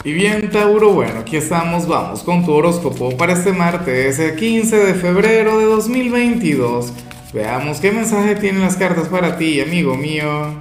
Y bien, Tauro, bueno, aquí estamos, vamos con tu horóscopo para este martes, el 15 de febrero de 2022. Veamos qué mensaje tienen las cartas para ti, amigo mío.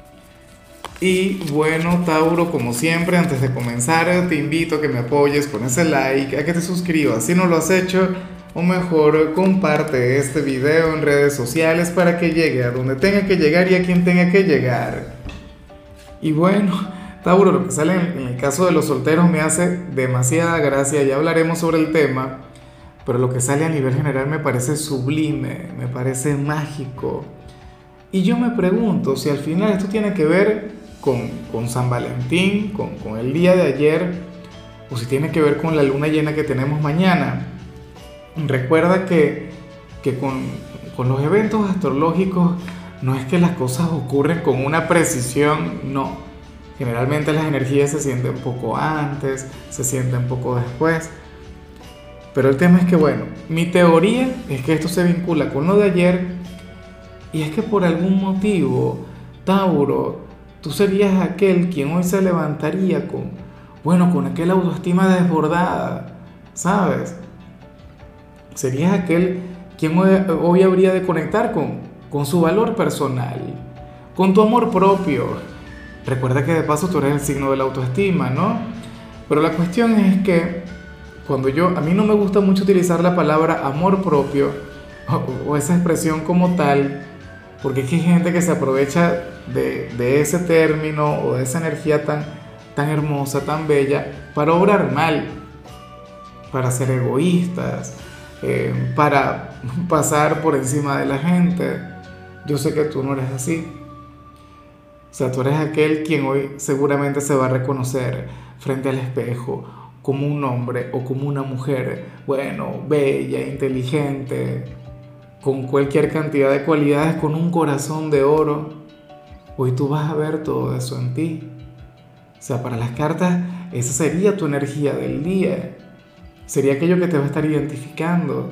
Y bueno, Tauro, como siempre, antes de comenzar, te invito a que me apoyes con ese like, a que te suscribas si no lo has hecho, o mejor, comparte este video en redes sociales para que llegue a donde tenga que llegar y a quien tenga que llegar. Y bueno, Tauro, lo que sale en el caso de los solteros me hace demasiada gracia, ya hablaremos sobre el tema, pero lo que sale a nivel general me parece sublime, me parece mágico. Y yo me pregunto si al final esto tiene que ver con San Valentín, con el día de ayer, o si tiene que ver con la luna llena que tenemos mañana. Recuerda que con los eventos astrológicos no es que las cosas ocurren con una precisión, no. Generalmente las energías se sienten poco antes, se sienten poco después. Pero el tema es que, bueno, mi teoría es que esto se vincula con lo de ayer y es que por algún motivo, Tauro, tú serías aquel quien hoy se levantaría con aquella autoestima desbordada, ¿sabes? Serías aquel quien hoy habría de conectar con su valor personal, con tu amor propio. Recuerda que de paso tú eres el signo de la autoestima, ¿no? Pero la cuestión es que a mí no me gusta mucho utilizar la palabra amor propio o esa expresión como tal, porque es que hay gente que se aprovecha de ese término o de esa energía tan hermosa, tan bella, para obrar mal, para ser egoístas, para pasar por encima de la gente. Yo sé que tú no eres así. O sea, tú eres aquel quien hoy seguramente se va a reconocer frente al espejo como un hombre o como una mujer, bueno, bella, inteligente, con cualquier cantidad de cualidades, con un corazón de oro. Hoy tú vas a ver todo eso en ti. O sea, para las cartas, esa sería tu energía del día. Sería aquello que te va a estar identificando.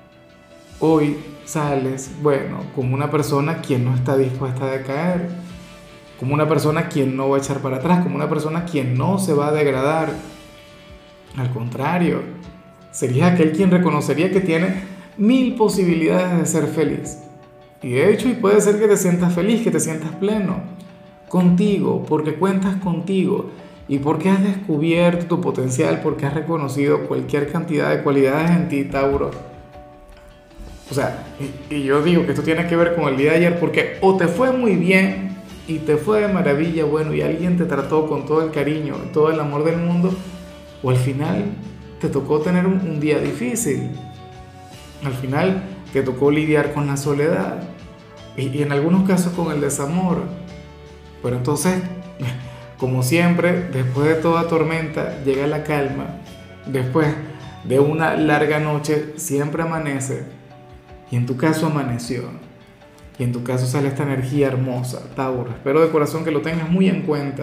Hoy sales, bueno, como una persona quien no está dispuesta a decaer, como una persona quien no va a echar para atrás, como una persona quien no se va a degradar. Al contrario, serías aquel quien reconocería que tiene mil posibilidades de ser feliz. Y de hecho, y puede ser que te sientas feliz, que te sientas pleno contigo, porque cuentas contigo y porque has descubierto tu potencial, porque has reconocido cualquier cantidad de cualidades en ti, Tauro. O sea, y yo digo que esto tiene que ver con el día de ayer, porque o te fue muy bien y te fue de maravilla, bueno, y alguien te trató con todo el cariño, todo el amor del mundo, o al final te tocó tener un día difícil. Al final te tocó lidiar con la soledad y en algunos casos con el desamor. Pero entonces, como siempre, después de toda tormenta llega la calma. Después de una larga noche siempre amanece. Y en tu caso amaneció. Y en tu caso sale esta energía hermosa, Tauro. Espero de corazón que lo tengas muy en cuenta.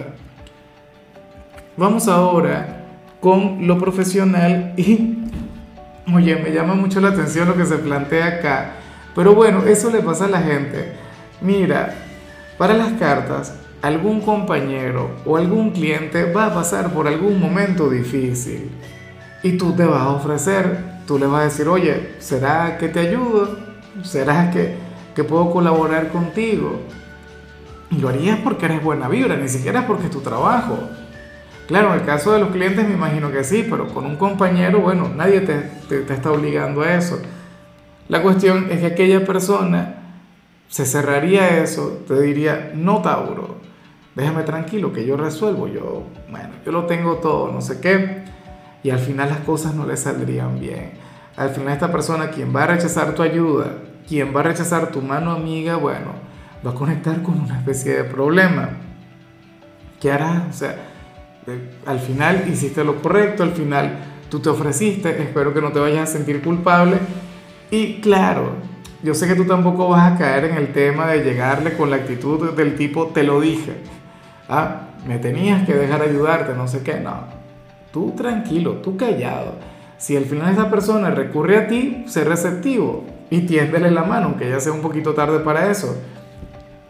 Vamos ahora con lo profesional y, oye, me llama mucho la atención lo que se plantea acá. Pero bueno, eso le pasa a la gente. Mira, para las cartas, algún compañero o algún cliente va a pasar por algún momento difícil y tú te vas a ofrecer, tú le vas a decir, oye, ¿será que te ayudo? ¿Será que puedo colaborar contigo? Y lo harías porque eres buena vibra, ni siquiera es porque es tu trabajo. Claro, en el caso de los clientes me imagino que sí, pero con un compañero, bueno, nadie te está obligando a eso. La cuestión es que aquella persona se cerraría a eso, te diría, no, Tauro, déjame tranquilo, que yo resuelvo, yo lo tengo todo, no sé qué, y al final las cosas no le saldrían bien. Al final esta persona, quien va a rechazar tu ayuda, quien va a rechazar tu mano amiga, bueno, va a conectar con una especie de problema. ¿Qué harás? O sea, al final hiciste lo correcto, al final tú te ofreciste, espero que no te vayas a sentir culpable. Y claro, yo sé que tú tampoco vas a caer en el tema de llegarle con la actitud del tipo, te lo dije, me tenías que dejar ayudarte, no sé qué, no, tú tranquilo, tú callado. Si al final esa persona recurre a ti, sé receptivo y tiéndele la mano, aunque ya sea un poquito tarde para eso.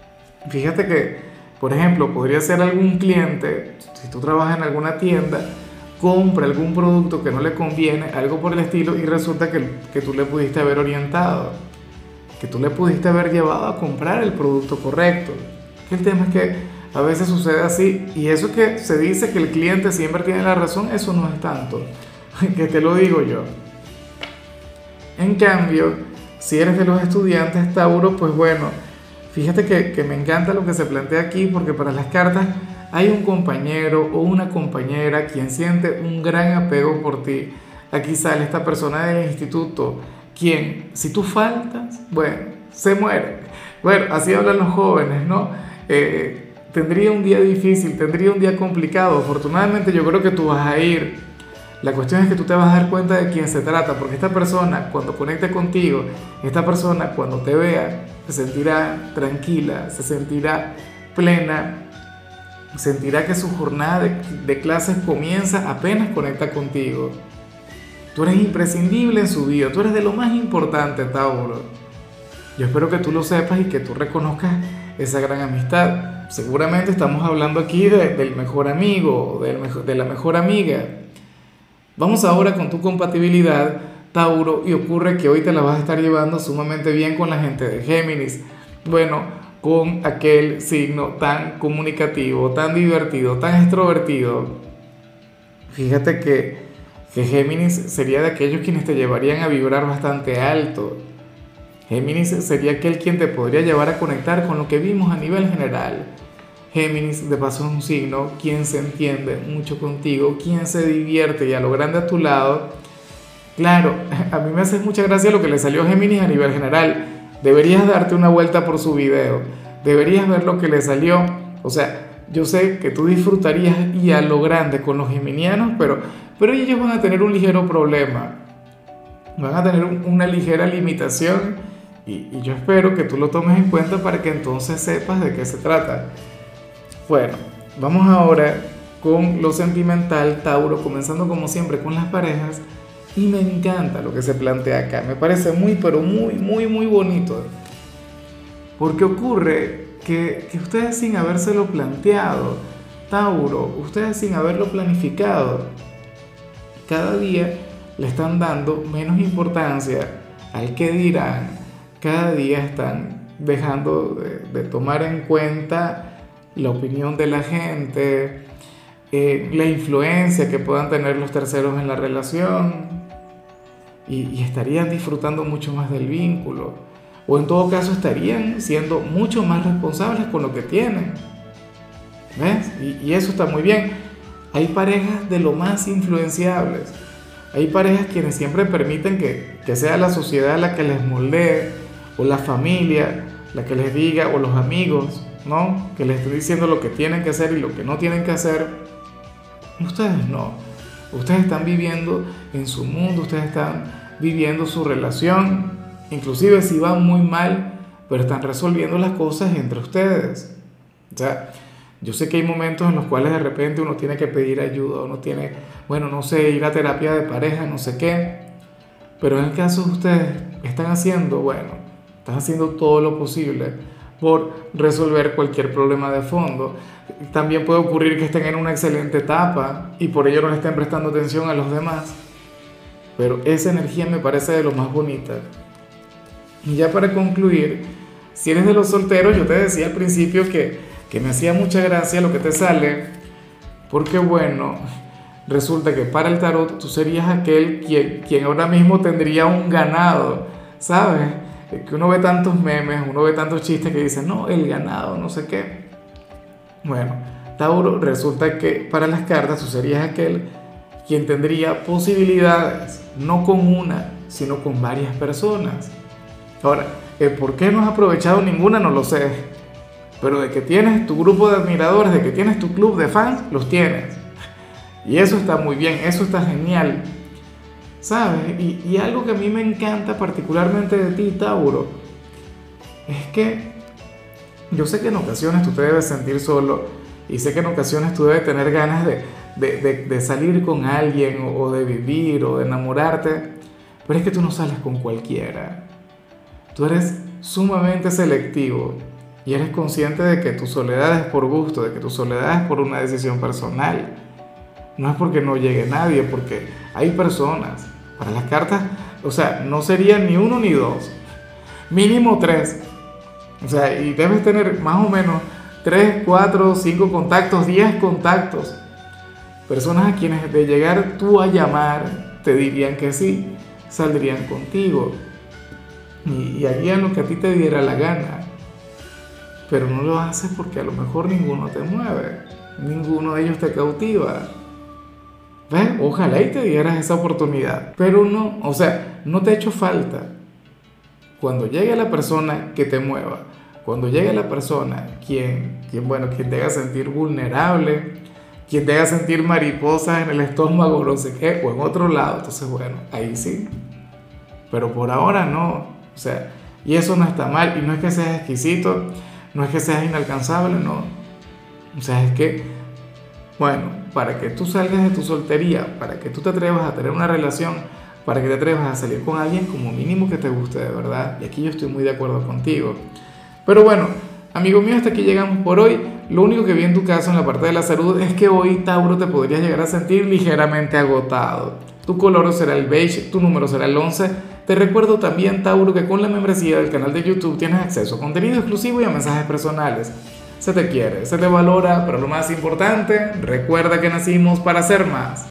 Fíjate que, por ejemplo, podría ser algún cliente, si tú trabajas en alguna tienda, compra algún producto que no le conviene, algo por el estilo, y resulta que tú le pudiste haber orientado, que tú le pudiste haber llevado a comprar el producto correcto. El tema es que a veces sucede así, y eso que se dice que el cliente siempre tiene la razón, eso no es tanto, que te lo digo yo. En cambio, si eres de los estudiantes, Tauro, pues bueno, fíjate que me encanta lo que se plantea aquí, porque para las cartas hay un compañero o una compañera quien siente un gran apego por ti. Aquí sale esta persona del instituto, quien, si tú faltas, bueno, se muere. Bueno, así hablan los jóvenes, ¿no? Tendría un día difícil, tendría un día complicado. Afortunadamente yo creo que tú vas a ir. La cuestión es que tú te vas a dar cuenta de quién se trata, porque esta persona cuando conecte contigo, esta persona cuando te vea, se sentirá tranquila, se sentirá plena, sentirá que su jornada de clases comienza apenas conecta contigo. Tú eres imprescindible en su vida, tú eres de lo más importante, Tauro. Yo espero que tú lo sepas y que tú reconozcas esa gran amistad. Seguramente estamos hablando aquí del mejor amigo, de la mejor amiga. Vamos ahora con tu compatibilidad, Tauro, y ocurre que hoy te la vas a estar llevando sumamente bien con la gente de Géminis. Bueno, con aquel signo tan comunicativo, tan divertido, tan extrovertido. Fíjate que Géminis sería de aquellos quienes te llevarían a vibrar bastante alto. Géminis sería aquel quien te podría llevar a conectar con lo que vimos a nivel general. Géminis, de paso, es un signo quien se entiende mucho contigo, quien se divierte y a lo grande a tu lado. Claro, a mí me hace mucha gracia lo que le salió a Géminis a nivel general. Deberías darte una vuelta por su video, deberías ver lo que le salió. O sea, yo sé que tú disfrutarías y a lo grande con los geminianos, pero ellos van a tener un ligero problema, van a tener una ligera limitación y yo espero que tú lo tomes en cuenta para que entonces sepas de qué se trata. Bueno, vamos ahora con lo sentimental, Tauro, comenzando como siempre con las parejas. Y me encanta lo que se plantea acá, me parece muy, pero muy, muy, muy bonito. Porque ocurre que ustedes sin habérselo planteado, Tauro, ustedes sin haberlo planificado, cada día le están dando menos importancia al que dirán, cada día están dejando de tomar en cuenta la opinión de la gente, la influencia que puedan tener los terceros en la relación, y estarían disfrutando mucho más del vínculo, o en todo caso estarían siendo mucho más responsables con lo que tienen. ¿Ves? Y eso está muy bien. Hay parejas de lo más influenciables, hay parejas quienes siempre permiten que sea la sociedad la que les moldee, o la familia la que les diga, o los amigos, ¿no? Que les esté diciendo lo que tienen que hacer y lo que no tienen que hacer. Ustedes no. Ustedes están viviendo en su mundo, ustedes están viviendo su relación, inclusive si van muy mal, pero están resolviendo las cosas entre ustedes. O sea, yo sé que hay momentos en los cuales de repente uno tiene que pedir ayuda, uno tiene, bueno, no sé, ir a terapia de pareja, no sé qué, pero en el caso de ustedes están haciendo, bueno, están haciendo todo lo posible por resolver cualquier problema de fondo. También puede ocurrir que estén en una excelente etapa y por ello no le estén prestando atención a los demás, pero esa energía me parece de lo más bonita. Y ya para concluir, si eres de los solteros, yo te decía al principio que me hacía mucha gracia lo que te sale, porque bueno, resulta que para el tarot tú serías aquel quien ahora mismo tendría un ganado, ¿sabes? Que uno ve tantos memes, uno ve tantos chistes que dicen, no, el ganado, no sé qué. Bueno, Tauro, resulta que para las cartas tú serías aquel quien tendría posibilidades, no con una, sino con varias personas. Ahora, ¿por qué no has aprovechado ninguna? No lo sé. Pero de que tienes tu grupo de admiradores, de que tienes tu club de fans, los tienes. Y eso está muy bien, eso está genial. ¿Sabes? Y algo que a mí me encanta particularmente de ti, Tauro, es que yo sé que en ocasiones tú te debes sentir solo y sé que en ocasiones tú debes tener ganas de salir con alguien o de vivir o de enamorarte, pero es que tú no sales con cualquiera. Tú eres sumamente selectivo y eres consciente de que tu soledad es por gusto, de que tu soledad es por una decisión personal. No es porque no llegue nadie, porque hay personas. Para las cartas, o sea, no serían ni uno ni dos, mínimo tres. O sea, y debes tener más o menos tres, cuatro, cinco contactos, 10 contactos. Personas a quienes de llegar tú a llamar te dirían que sí, saldrían contigo y harían lo que a ti te diera la gana. Pero no lo haces porque a lo mejor ninguno te mueve, ninguno de ellos te cautiva. ¿Ves? Ojalá y te dieras esa oportunidad, pero no, o sea, no te ha hecho falta. Cuando llegue la persona que te mueva, cuando llegue la persona quien te haga sentir vulnerable, quien te haga sentir mariposas en el estómago, no sé qué, o en otro lado, entonces bueno, ahí sí. Pero por ahora no, o sea, y eso no está mal, y no es que seas exquisito, no es que seas inalcanzable, no. O sea, es que, bueno, para que tú salgas de tu soltería, para que tú te atrevas a tener una relación, para que te atrevas a salir con alguien, como mínimo que te guste de verdad. Y aquí yo estoy muy de acuerdo contigo. Pero bueno, amigo mío, hasta aquí llegamos por hoy. Lo único que vi en tu caso en la parte de la salud es que hoy, Tauro, te podrías llegar a sentir ligeramente agotado. Tu color será el beige, tu número será el 11. Te recuerdo también, Tauro, que con la membresía del canal de YouTube tienes acceso a contenido exclusivo y a mensajes personales. Se te quiere, se te valora, pero lo más importante, recuerda que nacimos para ser más.